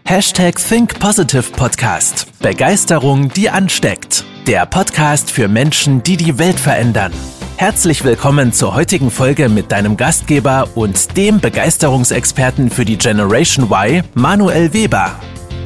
Think Positive Podcast. Begeisterung, die ansteckt. Der Podcast für Menschen, die die Welt verändern. Herzlich willkommen zur heutigen Folge mit deinem Gastgeber und dem Begeisterungsexperten für die Generation Y, Manuel Weber.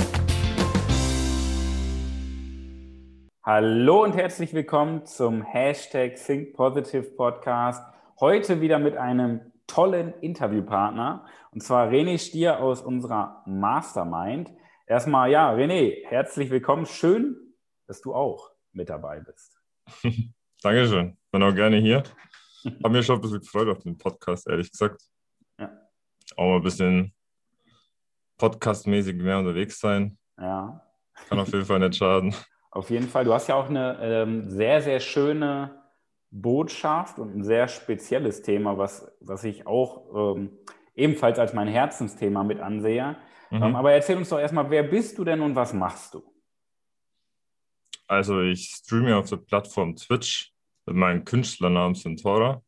Hallo und herzlich willkommen zum Think Positive Podcast. Heute wieder mit einem tollen Interviewpartner, und zwar René Stier aus unserer Mastermind. Erstmal, ja, René, herzlich willkommen. Schön, dass du auch mit dabei bist. Dankeschön. Bin auch gerne hier. Habe mir schon ein bisschen gefreut auf den Podcast, ehrlich gesagt. Ja. Auch mal ein bisschen podcastmäßig mehr unterwegs sein. Ja. Kann auf jeden Fall nicht schaden. Auf jeden Fall. Du hast ja auch eine sehr, sehr schöne Botschaft und ein sehr spezielles Thema, was ich auch ebenfalls als mein Herzensthema mit ansehe. Aber erzähl uns doch erstmal, wer bist du denn und was machst du? Also ich streame auf der Plattform Twitch mit meinem Künstlernamen Centaura.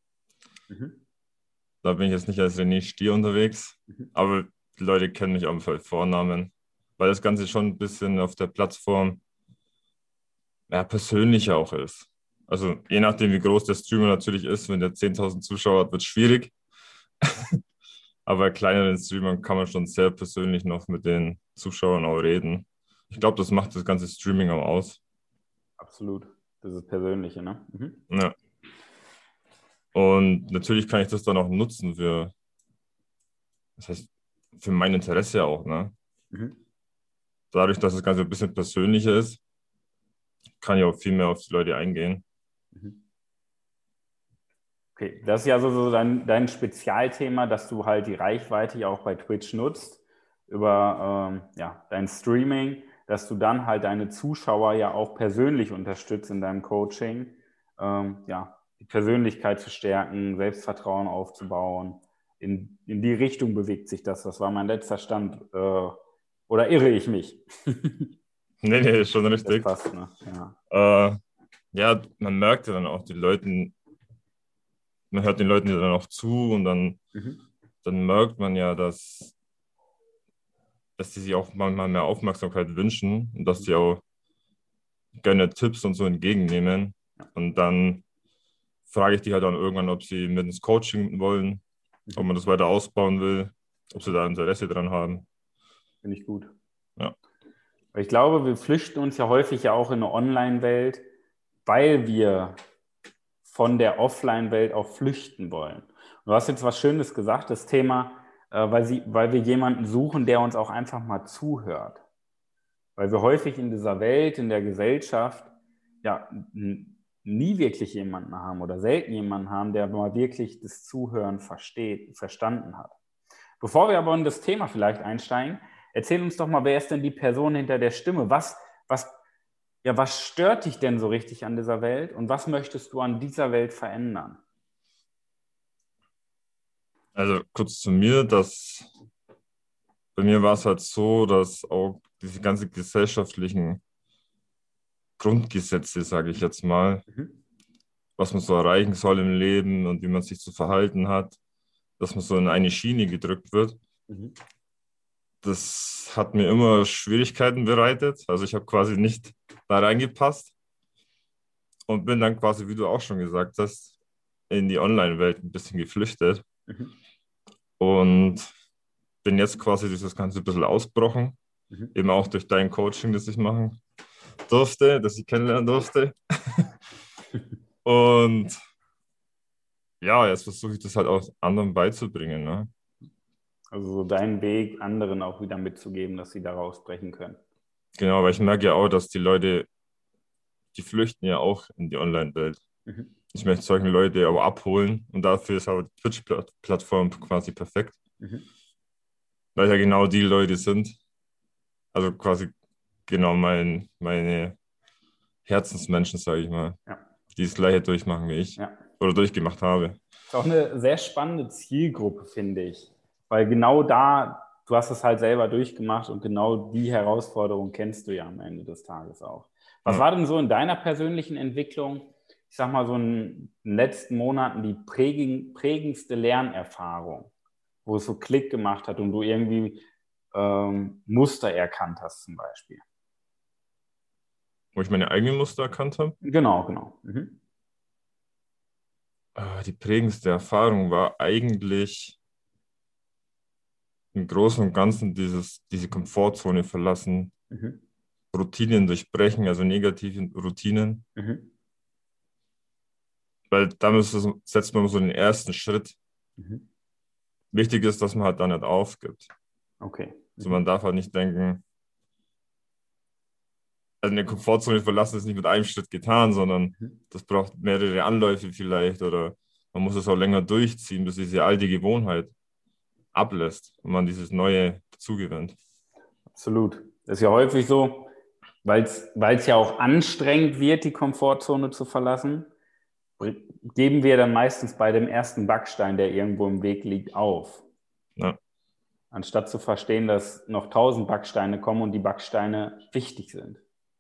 Da bin ich jetzt nicht als René Stier unterwegs, aber die Leute kennen mich auch mit Vornamen, weil das Ganze schon ein bisschen auf der Plattform persönlicher auch ist. Also je nachdem, wie groß der Streamer natürlich ist, wenn der 10.000 Zuschauer hat, wird es schwierig. Aber bei kleineren Streamern kann man schon sehr persönlich noch mit den Zuschauern auch reden. Ich glaube, das macht das ganze Streaming auch aus. Absolut. Das ist Persönliche, ne? Ja. Und natürlich kann ich das dann auch nutzen für mein Interesse auch, ne? Dadurch, dass das Ganze ein bisschen persönlicher ist, kann ich auch viel mehr auf die Leute eingehen. Okay, das ist ja so dein Spezialthema, dass du halt die Reichweite ja auch bei Twitch nutzt, über dein Streaming, dass du dann halt deine Zuschauer ja auch persönlich unterstützt in deinem Coaching, die Persönlichkeit zu stärken, Selbstvertrauen aufzubauen. In die Richtung bewegt sich das. Das war mein letzter Stand. Oder irre ich mich? Nee, ist schon richtig. Das passt, ne? Ja. Man merkt ja dann auch man hört den Leuten ja dann auch zu und dann merkt man ja, dass die sich auch manchmal mehr Aufmerksamkeit wünschen und dass die auch gerne Tipps und so entgegennehmen. Und dann frage ich die halt dann irgendwann, ob sie mit ins Coaching wollen, ob man das weiter ausbauen will, ob sie da Interesse dran haben. Finde ich gut. Ja. Ich glaube, wir flüchten uns ja häufig ja auch in eine Online-Welt, weil wir von der Offline-Welt auch flüchten wollen. Und du hast jetzt was Schönes gesagt, das Thema, weil wir jemanden suchen, der uns auch einfach mal zuhört. Weil wir häufig in dieser Welt, in der Gesellschaft, nie wirklich jemanden haben oder selten jemanden haben, der mal wirklich das Zuhören verstanden hat. Bevor wir aber in das Thema vielleicht einsteigen, erzähl uns doch mal, wer ist denn die Person hinter der Stimme? Was stört dich denn so richtig an dieser Welt und was möchtest du an dieser Welt verändern? Also kurz zu mir, bei mir war es halt so, dass auch diese ganzen gesellschaftlichen Grundgesetze, sage ich jetzt mal, was man so erreichen soll im Leben und wie man sich zu verhalten hat, dass man so in eine Schiene gedrückt wird. Das hat mir immer Schwierigkeiten bereitet. Also ich habe quasi nicht da reingepasst und bin dann quasi, wie du auch schon gesagt hast, in die Online-Welt ein bisschen geflüchtet. Und bin jetzt quasi durch das Ganze ein bisschen ausgebrochen. Eben auch durch dein Coaching, das ich machen durfte, das ich kennenlernen durfte. Und ja, jetzt versuche ich das halt auch anderen beizubringen. Ne? Also so deinen Weg anderen auch wieder mitzugeben, dass sie da rausbrechen können. Genau, weil ich merke ja auch, dass die Leute, die flüchten ja auch in die Online-Welt. Ich möchte solche Leute aber abholen und dafür ist auch die Twitch-Plattform quasi perfekt. Weil ja genau die Leute sind, also quasi genau meine Herzensmenschen, sage ich mal, die das Gleiche durchmachen wie ich oder durchgemacht habe. Das ist auch eine sehr spannende Zielgruppe, finde ich. Weil genau da, du hast es halt selber durchgemacht und genau die Herausforderung kennst du ja am Ende des Tages auch. Was war denn so in deiner persönlichen Entwicklung, ich sag mal so in den letzten Monaten, die prägendste Lernerfahrung, wo es so Klick gemacht hat und du irgendwie Muster erkannt hast zum Beispiel? Wo ich meine eigenen Muster erkannt habe? Genau. Die prägendste Erfahrung war eigentlich im Großen und Ganzen diese Komfortzone verlassen, Routinen durchbrechen, also negative Routinen. Weil damit setzt man so den ersten Schritt. Wichtig ist, dass man halt da nicht aufgibt. Okay. Also man darf halt nicht denken, also eine Komfortzone verlassen ist nicht mit einem Schritt getan, sondern das braucht mehrere Anläufe vielleicht oder man muss es auch länger durchziehen, bis diese alte Gewohnheit ablässt und man dieses Neue dazugewinnt. Absolut. Das ist ja häufig so, weil es ja auch anstrengend wird, die Komfortzone zu verlassen, geben wir dann meistens bei dem ersten Backstein, der irgendwo im Weg liegt, auf. Ja. Anstatt zu verstehen, dass noch 1000 Backsteine kommen und die Backsteine wichtig sind.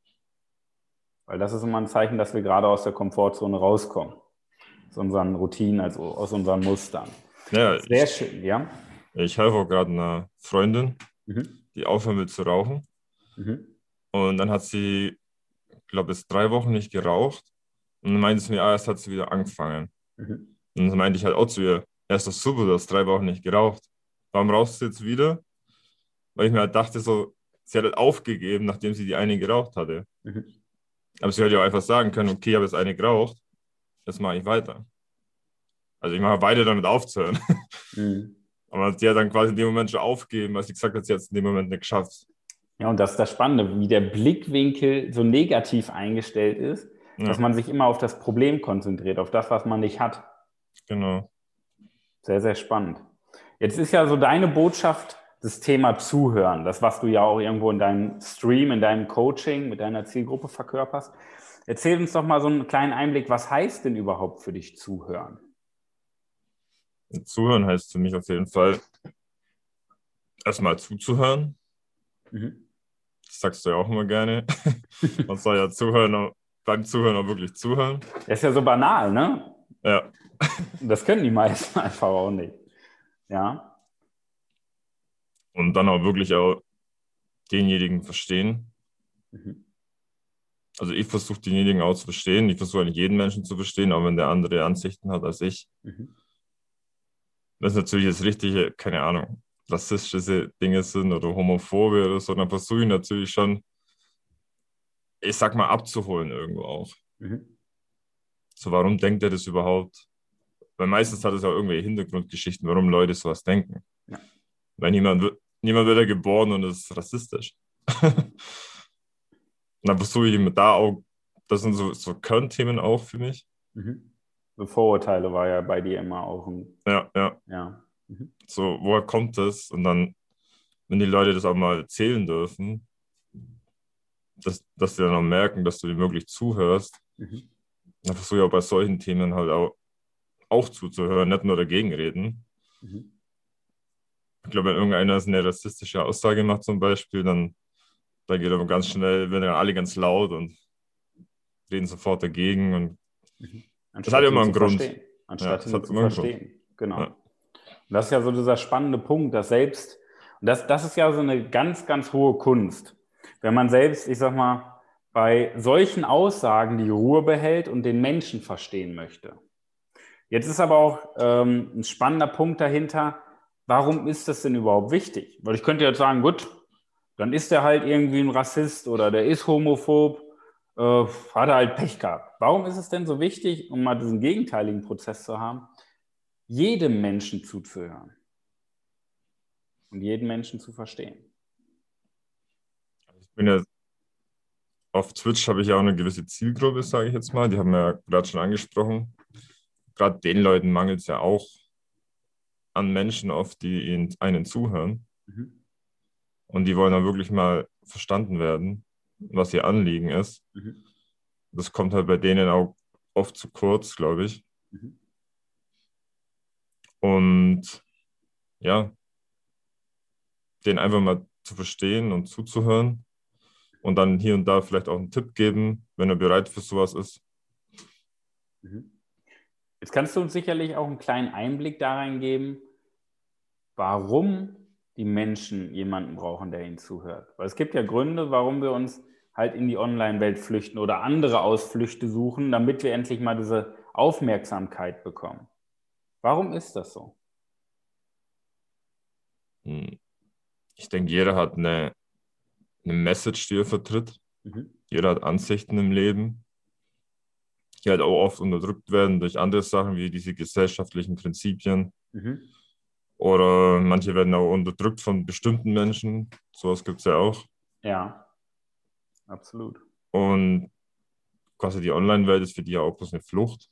Weil das ist immer ein Zeichen, dass wir gerade aus der Komfortzone rauskommen. Aus unseren Routinen, also aus unseren Mustern. Ja, sehr schön, ja. Ich helfe auch gerade einer Freundin, die aufhören will zu rauchen. Und dann hat sie, ich glaube, jetzt 3 Wochen nicht geraucht. Und dann meinte sie mir, erst hat sie wieder angefangen. Und dann meinte ich halt auch zu ihr, erst das super, du hast 3 Wochen nicht geraucht. Warum rauchst du jetzt wieder? Weil ich mir halt dachte, so, sie hat halt aufgegeben, nachdem sie die eine geraucht hatte. Aber sie hätte ja auch einfach sagen können, okay, ich habe jetzt eine geraucht, jetzt mache ich weiter. Also ich mache weiter damit aufzuhören. Aber sie hat dann quasi in dem Moment schon aufgegeben, weil sie gesagt hat, sie hat es in dem Moment nicht geschafft. Ja, und das ist das Spannende, wie der Blickwinkel so negativ eingestellt ist, dass man sich immer auf das Problem konzentriert, auf das, was man nicht hat. Genau. Sehr, sehr spannend. Jetzt ist ja so deine Botschaft das Thema Zuhören, das, was du ja auch irgendwo in deinem Stream, in deinem Coaching mit deiner Zielgruppe verkörperst. Erzähl uns doch mal so einen kleinen Einblick, was heißt denn überhaupt für dich Zuhören? Zuhören heißt für mich auf jeden Fall, erstmal zuzuhören. Das sagst du ja auch immer gerne. Man soll ja zuhören, beim Zuhören auch wirklich zuhören. Das ist ja so banal, ne? Ja. Das können die meisten einfach auch nicht. Ja. Und dann auch wirklich auch denjenigen verstehen. Also ich versuche denjenigen auch zu verstehen. Ich versuche eigentlich jeden Menschen zu verstehen, auch wenn der andere Ansichten hat als ich. Wenn es natürlich das richtige, keine Ahnung, rassistische Dinge sind oder homophobe oder so, dann versuche ich natürlich schon, ich sag mal, abzuholen irgendwo auch. So, warum denkt er das überhaupt? Weil meistens hat es ja irgendwelche Hintergrundgeschichten, warum Leute sowas denken. Ja. Weil niemand wird ja geboren und ist rassistisch. Und dann versuche ich immer da auch, das sind so Kernthemen auch für mich. So Vorurteile war ja bei dir immer auch ein... Ja. So, woher kommt das? Und dann, wenn die Leute das auch mal erzählen dürfen, dass die dann auch merken, dass du dir wirklich zuhörst, dann versuche ich auch bei solchen Themen halt auch zuzuhören, nicht nur dagegen reden. Ich glaube, wenn irgendeiner eine rassistische Aussage macht zum Beispiel, dann geht aber ganz schnell, werden dann alle ganz laut und reden sofort dagegen. Und das hat ja immer einen Grund. Anstatt ihn zu verstehen. Genau. Ja. Und das ist ja so dieser spannende Punkt, dass selbst, und das ist ja so eine ganz, ganz hohe Kunst, wenn man selbst, ich sag mal, bei solchen Aussagen die Ruhe behält und den Menschen verstehen möchte. Jetzt ist aber auch ein spannender Punkt dahinter, warum ist das denn überhaupt wichtig? Weil ich könnte jetzt sagen, gut, dann ist der halt irgendwie ein Rassist oder der ist homophob, hat er halt Pech gehabt. Warum ist es denn so wichtig, um mal diesen gegenteiligen Prozess zu haben, jedem Menschen zuzuhören und jeden Menschen zu verstehen? Ich bin ja auf Twitch, habe ich ja auch eine gewisse Zielgruppe, sage ich jetzt mal. Die haben wir ja gerade schon angesprochen. Gerade den Leuten mangelt es ja auch an Menschen oft, die einen zuhören. Und die wollen dann wirklich mal verstanden werden, was ihr Anliegen ist. Das kommt halt bei denen auch oft zu kurz, glaube ich. Und ja, den einfach mal zu verstehen und zuzuhören und dann hier und da vielleicht auch einen Tipp geben, wenn er bereit für sowas ist. Jetzt kannst du uns sicherlich auch einen kleinen Einblick da reingeben, warum die Menschen jemanden brauchen, der ihnen zuhört? Weil es gibt ja Gründe, warum wir uns halt in die Online-Welt flüchten oder andere Ausflüchte suchen, damit wir endlich mal diese Aufmerksamkeit bekommen. Warum ist das so? Ich denke, jeder hat eine Message, die er vertritt. Jeder hat Ansichten im Leben, die halt auch oft unterdrückt werden durch andere Sachen, wie diese gesellschaftlichen Prinzipien. Oder manche werden auch unterdrückt von bestimmten Menschen. Sowas gibt es ja auch. Ja, absolut. Und quasi die Online-Welt ist für die ja auch bloß eine Flucht.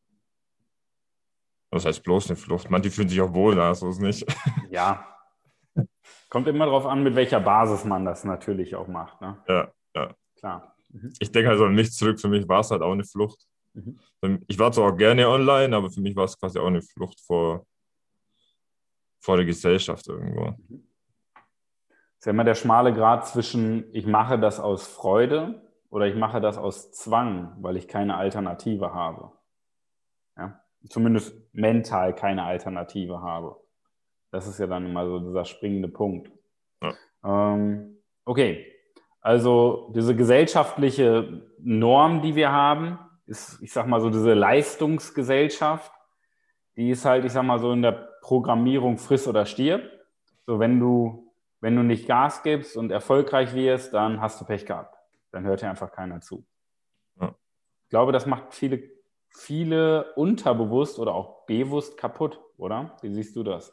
Was heißt bloß eine Flucht? Manche fühlen sich auch wohl, so ist es nicht. Ja. Kommt immer darauf an, mit welcher Basis man das natürlich auch macht. Ne? Ja. Klar. Ich denke also an mich zurück. Für mich war es halt auch eine Flucht. Ich war zwar auch gerne online, aber für mich war es quasi auch eine Flucht vor der Gesellschaft irgendwo. Das ist ja immer der schmale Grat zwischen, ich mache das aus Freude oder ich mache das aus Zwang, weil ich keine Alternative habe. Ja? Zumindest mental keine Alternative habe. Das ist ja dann immer so dieser springende Punkt. Ja. Okay, also diese gesellschaftliche Norm, die wir haben, ist, ich sag mal so, diese Leistungsgesellschaft, die ist halt, ich sag mal so, in der Programmierung friss oder stirb. So, wenn du nicht Gas gibst und erfolgreich wirst, dann hast du Pech gehabt. Dann hört dir einfach keiner zu. Ja. Ich glaube, das macht viele unterbewusst oder auch bewusst kaputt, oder? Wie siehst du das?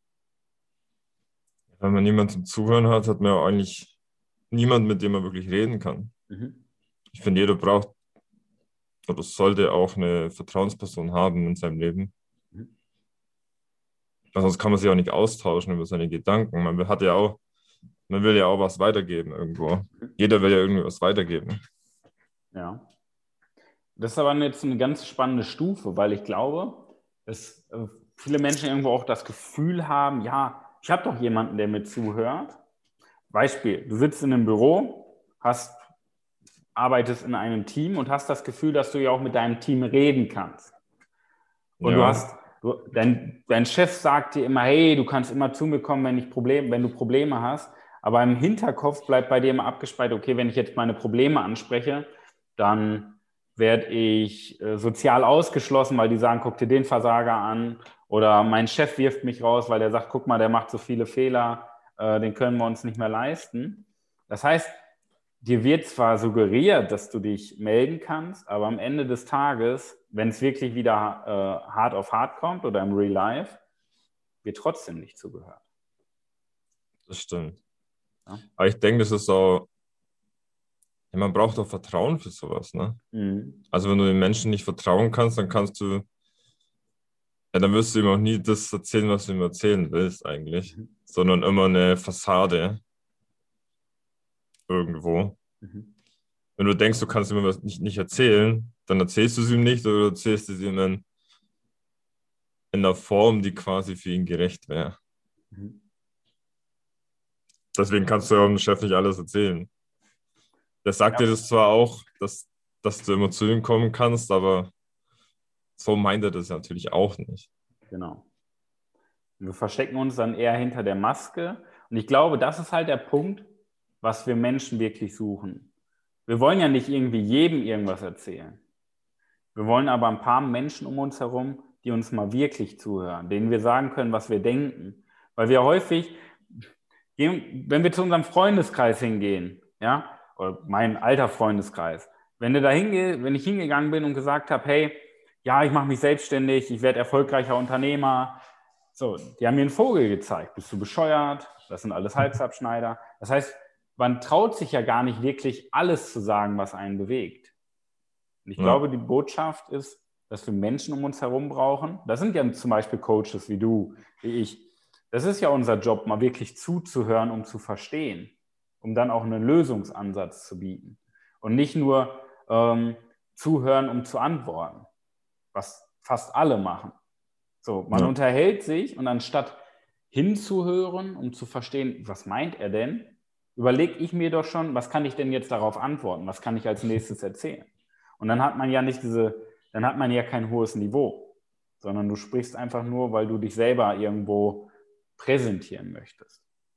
Wenn man niemanden zum Zuhören hat, hat man ja eigentlich niemanden, mit dem man wirklich reden kann. Ich finde, jeder braucht oder sollte auch eine Vertrauensperson haben in seinem Leben. Sonst kann man sich auch nicht austauschen über seine Gedanken. Man will ja auch was weitergeben irgendwo. Jeder will ja irgendwie was weitergeben. Ja. Das ist aber jetzt eine ganz spannende Stufe, weil ich glaube, dass viele Menschen irgendwo auch das Gefühl haben, ja, ich habe doch jemanden, der mir zuhört. Beispiel, du sitzt in einem Büro, arbeitest in einem Team und hast das Gefühl, dass du ja auch mit deinem Team reden kannst. Und dein Chef sagt dir immer, hey, du kannst immer zu mir kommen, wenn du Probleme hast. Aber im Hinterkopf bleibt bei dir immer abgespeichert, okay, wenn ich jetzt meine Probleme anspreche, dann werde ich sozial ausgeschlossen, weil die sagen, guck dir den Versager an. Oder mein Chef wirft mich raus, weil der sagt, guck mal, der macht so viele Fehler, den können wir uns nicht mehr leisten. Das heißt, dir wird zwar suggeriert, dass du dich melden kannst, aber am Ende des Tages, wenn es wirklich wieder hart auf hart kommt oder im Real Life, wird trotzdem nicht zugehört. Das stimmt. Ja. Aber ich denke, das ist so, ja, man braucht auch Vertrauen für sowas, ne? Also wenn du den Menschen nicht vertrauen kannst, dann dann wirst du ihm auch nie das erzählen, was du ihm erzählen willst eigentlich, sondern immer eine Fassade irgendwo. Wenn du denkst, du kannst ihm was nicht erzählen, dann erzählst du es ihm nicht oder erzählst es ihm in einer Form, die quasi für ihn gerecht wäre. Deswegen kannst du eurem Chef nicht alles erzählen. Der sagt dir das zwar auch, dass du immer zu ihm kommen kannst, aber so meint er das natürlich auch nicht. Genau. Wir verstecken uns dann eher hinter der Maske. Und ich glaube, das ist halt der Punkt, was wir Menschen wirklich suchen. Wir wollen ja nicht irgendwie jedem irgendwas erzählen. Wir wollen aber ein paar Menschen um uns herum, die uns mal wirklich zuhören, denen wir sagen können, was wir denken. Weil wir häufig, wenn wir zu unserem Freundeskreis hingehen, ja, oder mein alter Freundeskreis, wenn ich hingegangen bin und gesagt habe, hey, ja, ich mache mich selbstständig, ich werde erfolgreicher Unternehmer, so, die haben mir einen Vogel gezeigt. Bist du bescheuert? Das sind alles Halsabschneider. Das heißt, man traut sich ja gar nicht wirklich alles zu sagen, was einen bewegt. Und ich glaube, die Botschaft ist, dass wir Menschen um uns herum brauchen. Das sind ja zum Beispiel Coaches wie du, wie ich. Das ist ja unser Job, mal wirklich zuzuhören, um zu verstehen, um dann auch einen Lösungsansatz zu bieten. Und nicht nur zuhören, um zu antworten, was fast alle machen. So, man unterhält sich und anstatt hinzuhören, um zu verstehen, was meint er denn, überlege ich mir doch schon, was kann ich denn jetzt darauf antworten? Was kann ich als nächstes erzählen? Und dann hat man ja kein hohes Niveau, sondern du sprichst einfach nur, weil du dich selber irgendwo präsentieren möchtest.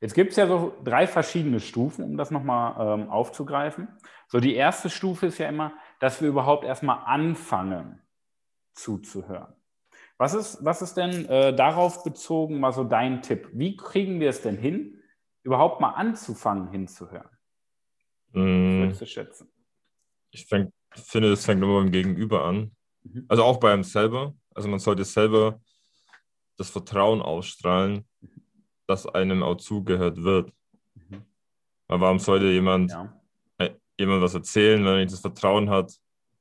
Jetzt gibt es ja so 3 verschiedene Stufen, um das nochmal aufzugreifen. So, die erste Stufe ist ja immer, dass wir überhaupt erstmal anfangen zuzuhören. Was ist denn darauf bezogen mal so dein Tipp? Wie kriegen wir es denn hin, überhaupt mal anzufangen hinzuhören? Was würdest du schätzen? Ich finde, es fängt immer beim Gegenüber an. Also auch bei einem selber. Also man sollte selber das Vertrauen ausstrahlen, dass einem auch zugehört wird. Weil warum sollte jemand was erzählen, wenn er nicht das Vertrauen hat,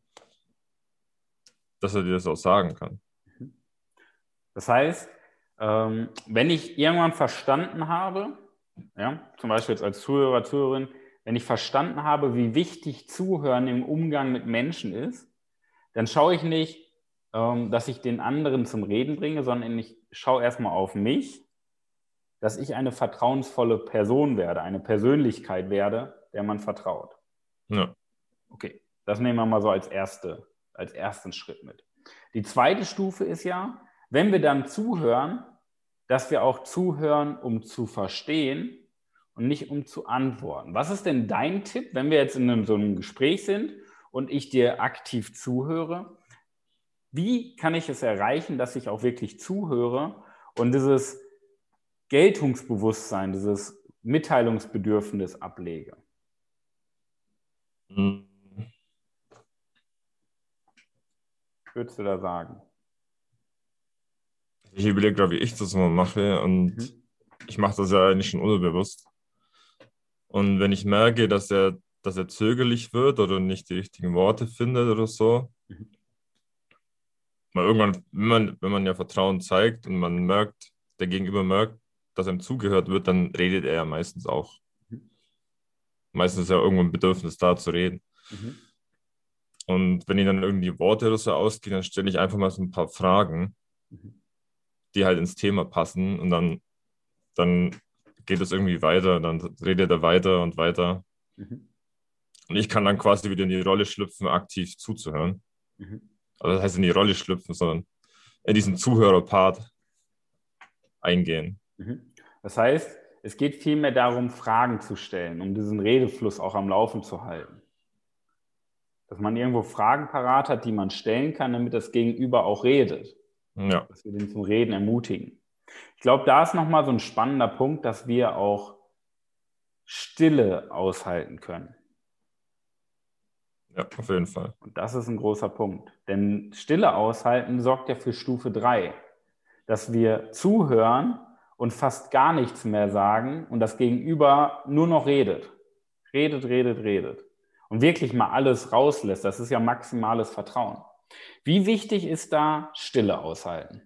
dass er dir das auch sagen kann? Das heißt, wenn ich irgendwann verstanden habe, ja, zum Beispiel jetzt als Zuhörer, Zuhörerin, wenn ich verstanden habe, wie wichtig Zuhören im Umgang mit Menschen ist, dann schaue ich nicht, dass ich den anderen zum Reden bringe, sondern ich schaue erstmal auf mich, dass ich eine vertrauensvolle Person werde, eine Persönlichkeit werde, der man vertraut. Ja. Okay, das nehmen wir mal so als ersten Schritt mit. Die zweite Stufe ist ja, wenn wir dann zuhören, dass wir auch zuhören, um zu verstehen und nicht um zu antworten. Was ist denn dein Tipp, wenn wir jetzt in so einem Gespräch sind und ich dir aktiv zuhöre? Wie kann ich es erreichen, dass ich auch wirklich zuhöre und dieses Geltungsbewusstsein, dieses Mitteilungsbedürfnis ablege? Würdest du da sagen? Ich überlege gerade, wie ich das mal mache, und ich mache das ja eigentlich schon unbewusst. Und wenn ich merke, dass er zögerlich wird oder nicht die richtigen Worte findet oder so, weil irgendwann, wenn man ja Vertrauen zeigt und man merkt, der Gegenüber merkt, dass ihm zugehört wird, dann redet er ja meistens auch. Meistens ist ja irgendwo ein Bedürfnis da zu reden. Und wenn ich dann irgendwie Worte oder so ausgehe, dann stelle ich einfach mal so ein paar Fragen, die halt ins Thema passen, und dann geht es irgendwie weiter, dann redet er weiter und weiter. Und ich kann dann quasi wieder in die Rolle schlüpfen, aktiv zuzuhören. Also das heißt in die Rolle schlüpfen, sondern in diesen Zuhörerpart eingehen. Das heißt, es geht vielmehr darum, Fragen zu stellen, um diesen Redefluss auch am Laufen zu halten. Dass man irgendwo Fragen parat hat, die man stellen kann, damit das Gegenüber auch redet. Ja. Dass wir den zum Reden ermutigen. Ich glaube, da ist nochmal so ein spannender Punkt, dass wir auch Stille aushalten können. Ja, auf jeden Fall. Und das ist ein großer Punkt. Denn Stille aushalten sorgt ja für Stufe 3. Dass wir zuhören und fast gar nichts mehr sagen und das Gegenüber nur noch redet. Redet. Und wirklich mal alles rauslässt. Das ist ja maximales Vertrauen. Wie wichtig ist da Stille aushalten?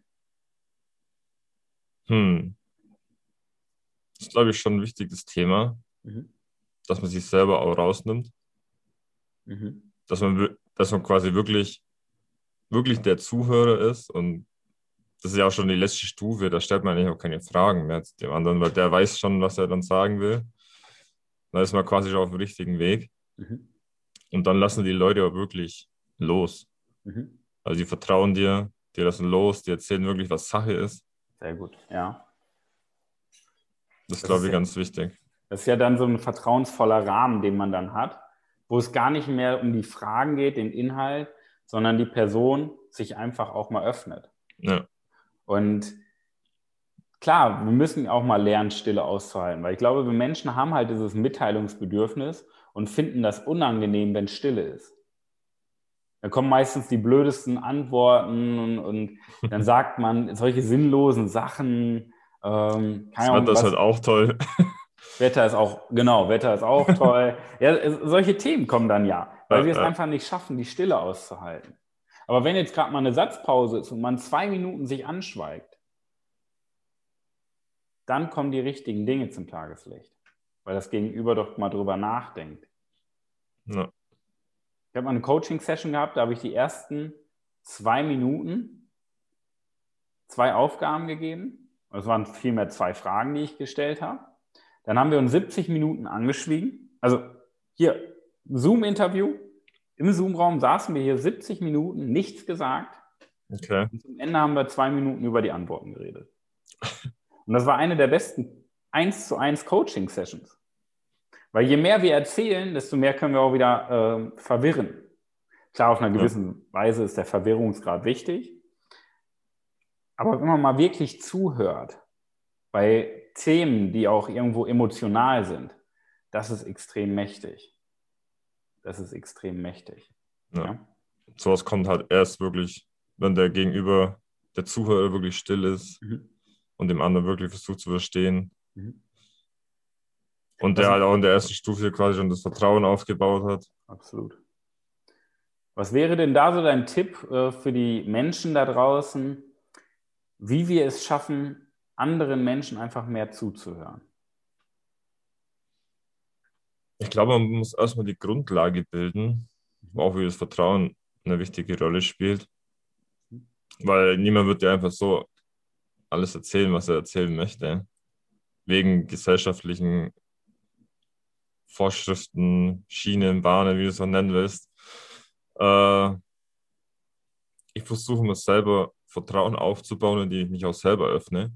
Das ist, glaube ich, schon ein wichtiges Thema, dass man sich selber auch rausnimmt. Dass man quasi wirklich der Zuhörer ist, und das ist ja auch schon die letzte Stufe, da stellt man eigentlich auch keine Fragen mehr zu dem anderen, weil der weiß schon, was er dann sagen will. Da ist man quasi schon auf dem richtigen Weg. Und dann lassen die Leute auch wirklich los. Also die vertrauen dir, die lassen los, die erzählen wirklich, was Sache ist. Sehr gut, ja. Das ist, glaube ich, ganz wichtig. Das ist ja dann so ein vertrauensvoller Rahmen, den man dann hat, wo es gar nicht mehr um die Fragen geht, den Inhalt, sondern die Person sich einfach auch mal öffnet. Ja. Und klar, wir müssen auch mal lernen, Stille auszuhalten, weil ich glaube, wir Menschen haben halt dieses Mitteilungsbedürfnis und finden das unangenehm, wenn Stille ist. Da kommen meistens die blödesten Antworten und dann sagt man solche sinnlosen Sachen. Das Wetter ist halt auch toll. Wetter ist auch toll. Ja, solche Themen kommen dann weil wir es einfach nicht schaffen, die Stille auszuhalten. Aber wenn jetzt gerade mal eine Satzpause ist und man 2 Minuten sich anschweigt, dann kommen die richtigen Dinge zum Tageslicht, weil das Gegenüber doch mal drüber nachdenkt. Ja. Ich habe mal eine Coaching-Session gehabt, da habe ich die ersten 2 Minuten 2 Aufgaben gegeben. Es waren vielmehr 2 Fragen, die ich gestellt habe. Dann haben wir uns 70 Minuten angeschwiegen. Also hier, Zoom-Interview. Im Zoom-Raum saßen wir hier 70 Minuten, nichts gesagt. Okay. Und zum Ende haben wir 2 Minuten über die Antworten geredet. Und das war eine der besten 1:1 Coaching-Sessions. Weil je mehr wir erzählen, desto mehr können wir auch wieder verwirren. Klar, auf einer gewissen Weise ist der Verwirrungsgrad wichtig. Aber wenn man mal wirklich zuhört, bei Themen, die auch irgendwo emotional sind, das ist extrem mächtig. Das ist extrem mächtig. Ja. Sowas kommt halt erst wirklich, wenn der Gegenüber, der Zuhörer wirklich still ist und dem anderen wirklich versucht zu verstehen. Und der halt auch in der ersten Stufe quasi schon das Vertrauen aufgebaut hat. Absolut. Was wäre denn da so dein Tipp für die Menschen da draußen, wie wir es schaffen, anderen Menschen einfach mehr zuzuhören? Ich glaube, man muss erstmal die Grundlage bilden, auch wie das Vertrauen eine wichtige Rolle spielt. Weil niemand wird dir einfach so alles erzählen, was er erzählen möchte. Wegen gesellschaftlichen Vorschriften, Schienen, Bahnen, wie du es auch nennen willst. Ich versuche mir selber Vertrauen aufzubauen, indem ich mich auch selber öffne.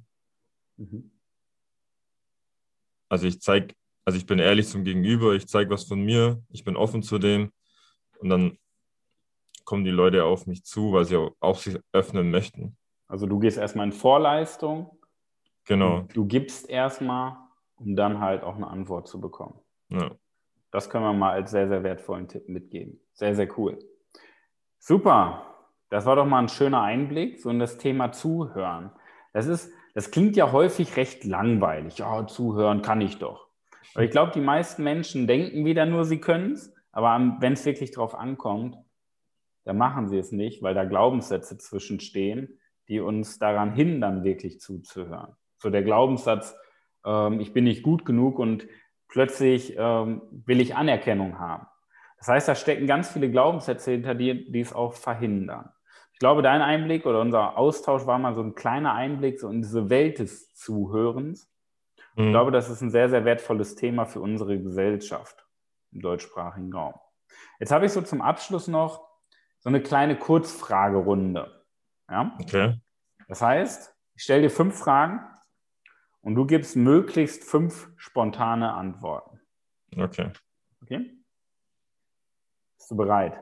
Also ich bin ehrlich zum Gegenüber, ich zeige was von mir, ich bin offen zu dem und dann kommen die Leute auf mich zu, weil sie auch sich öffnen möchten. Also du gehst erstmal in Vorleistung. Genau. Du gibst erstmal, um dann halt auch eine Antwort zu bekommen. Ja. Das können wir mal als sehr, sehr wertvollen Tipp mitgeben. Sehr, sehr cool. Super. Das war doch mal ein schöner Einblick so in das Thema Zuhören. Das klingt ja häufig recht langweilig. Ja, zuhören kann ich doch. Aber ich glaube, die meisten Menschen denken wieder nur, sie können es. Aber wenn es wirklich drauf ankommt, dann machen sie es nicht, weil da Glaubenssätze zwischenstehen, die uns daran hindern, wirklich zuzuhören. So der Glaubenssatz, ich bin nicht gut genug und plötzlich will ich Anerkennung haben. Das heißt, da stecken ganz viele Glaubenssätze hinter dir, die es auch verhindern. Ich glaube, dein Einblick oder unser Austausch war mal so ein kleiner Einblick so in diese Welt des Zuhörens. Ich glaube, das ist ein sehr, sehr wertvolles Thema für unsere Gesellschaft im deutschsprachigen Raum. Jetzt habe ich so zum Abschluss noch so eine kleine Kurzfragerunde. Ja? Okay. Das heißt, ich stelle dir 5 Fragen und du gibst möglichst 5 spontane Antworten. Okay. Okay? Bist du bereit?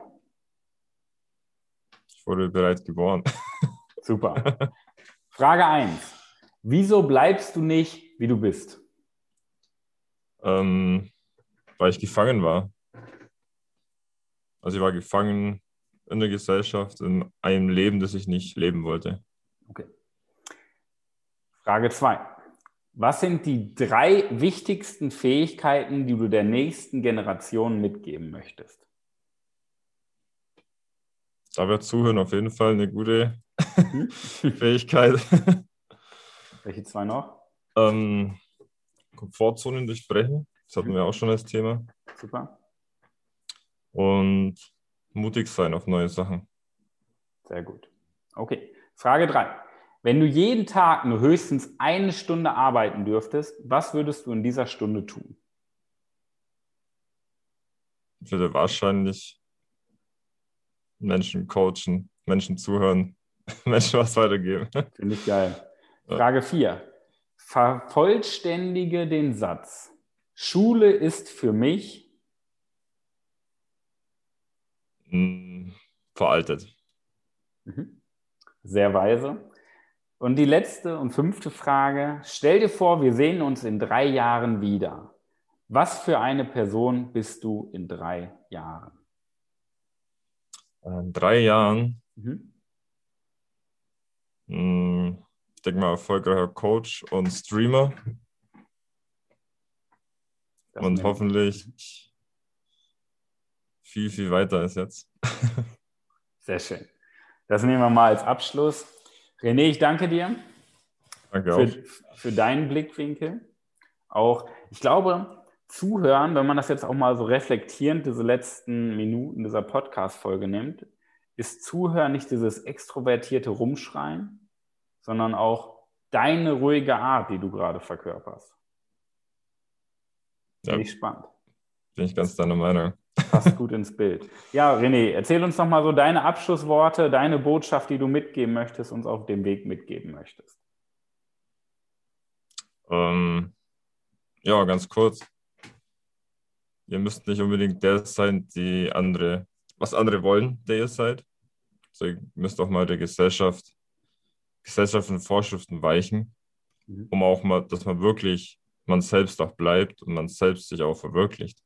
Ich wurde bereits geboren. Super. Frage 1. Wieso bleibst du nicht, wie du bist? Weil ich gefangen war. Also ich war gefangen in der Gesellschaft, in einem Leben, das ich nicht leben wollte. Okay. Frage 2. Was sind die 3 wichtigsten Fähigkeiten, die du der nächsten Generation mitgeben möchtest? Da wäre Zuhören auf jeden Fall eine gute Fähigkeit. Welche 2 noch? Komfortzonen durchbrechen. Das hatten wir auch schon als Thema. Super. Und mutig sein auf neue Sachen. Sehr gut. Okay. Frage 3. Wenn du jeden Tag nur höchstens 1 Stunde arbeiten dürftest, was würdest du in dieser Stunde tun? Ich würde wahrscheinlich Menschen coachen, Menschen zuhören, Menschen was weitergeben. Finde ich geil. Frage 4. Vervollständige den Satz. Schule ist für mich veraltet. Sehr weise. Und die letzte und 5. Frage. Stell dir vor, wir sehen uns in 3 Jahren wieder. Was für eine Person bist du in 3 Jahren? In 3 Jahren? Ich denke mal, erfolgreicher Coach und Streamer. Und hoffentlich viel, viel weiter als jetzt. Sehr schön. Das nehmen wir mal als Abschluss. René, ich danke dir. Danke auch. Für deinen Blickwinkel. Auch, ich glaube, Zuhören, wenn man das jetzt auch mal so reflektierend diese letzten Minuten dieser Podcast-Folge nimmt, ist Zuhören nicht dieses extrovertierte Rumschreien, sondern auch deine ruhige Art, die du gerade verkörperst. Finde ich spannend. Bin ich ganz deiner Meinung. Passt gut ins Bild. Ja, René, erzähl uns noch mal so deine Abschlussworte, deine Botschaft, die du mitgeben möchtest, uns auf dem Weg mitgeben möchtest. Ja, ganz kurz. Ihr müsst nicht unbedingt der sein, was andere wollen, der ihr seid. Also ihr müsst auch mal der Gesellschaft und Vorschriften weichen, um auch mal, dass man wirklich man selbst auch bleibt und man selbst sich auch verwirklicht.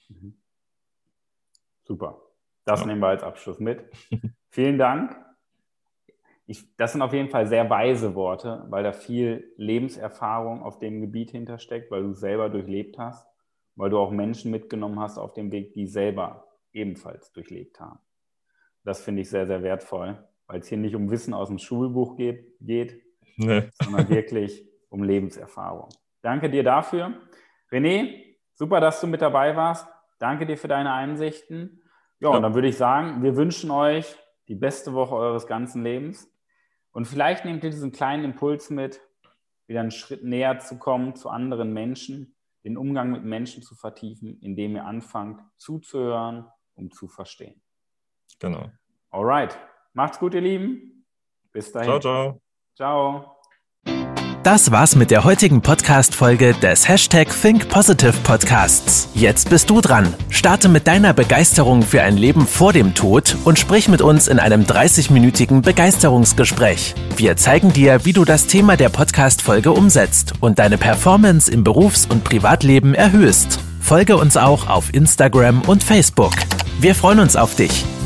Super. Das nehmen wir als Abschluss mit. Vielen Dank. Das sind auf jeden Fall sehr weise Worte, weil da viel Lebenserfahrung auf dem Gebiet hintersteckt, weil du es selber durchlebt hast, weil du auch Menschen mitgenommen hast auf dem Weg, die selber ebenfalls durchlebt haben. Das finde ich sehr, sehr wertvoll, weil es hier nicht um Wissen aus dem Schulbuch geht, sondern wirklich um Lebenserfahrung. Danke dir dafür. René, super, dass du mit dabei warst. Danke dir für deine Einsichten. Ja, und dann würde ich sagen, wir wünschen euch die beste Woche eures ganzen Lebens. Und vielleicht nehmt ihr diesen kleinen Impuls mit, wieder einen Schritt näher zu kommen zu anderen Menschen, den Umgang mit Menschen zu vertiefen, indem ihr anfangt zuzuhören, um zu verstehen. Genau. Alright. Macht's gut, ihr Lieben. Bis dahin. Ciao, ciao. Ciao. Das war's mit der heutigen Podcast-Folge des #ThinkPositive Podcasts. Jetzt bist du dran. Starte mit deiner Begeisterung für ein Leben vor dem Tod und sprich mit uns in einem 30-minütigen Begeisterungsgespräch. Wir zeigen dir, wie du das Thema der Podcast-Folge umsetzt und deine Performance im Berufs- und Privatleben erhöhst. Folge uns auch auf Instagram und Facebook. Wir freuen uns auf dich.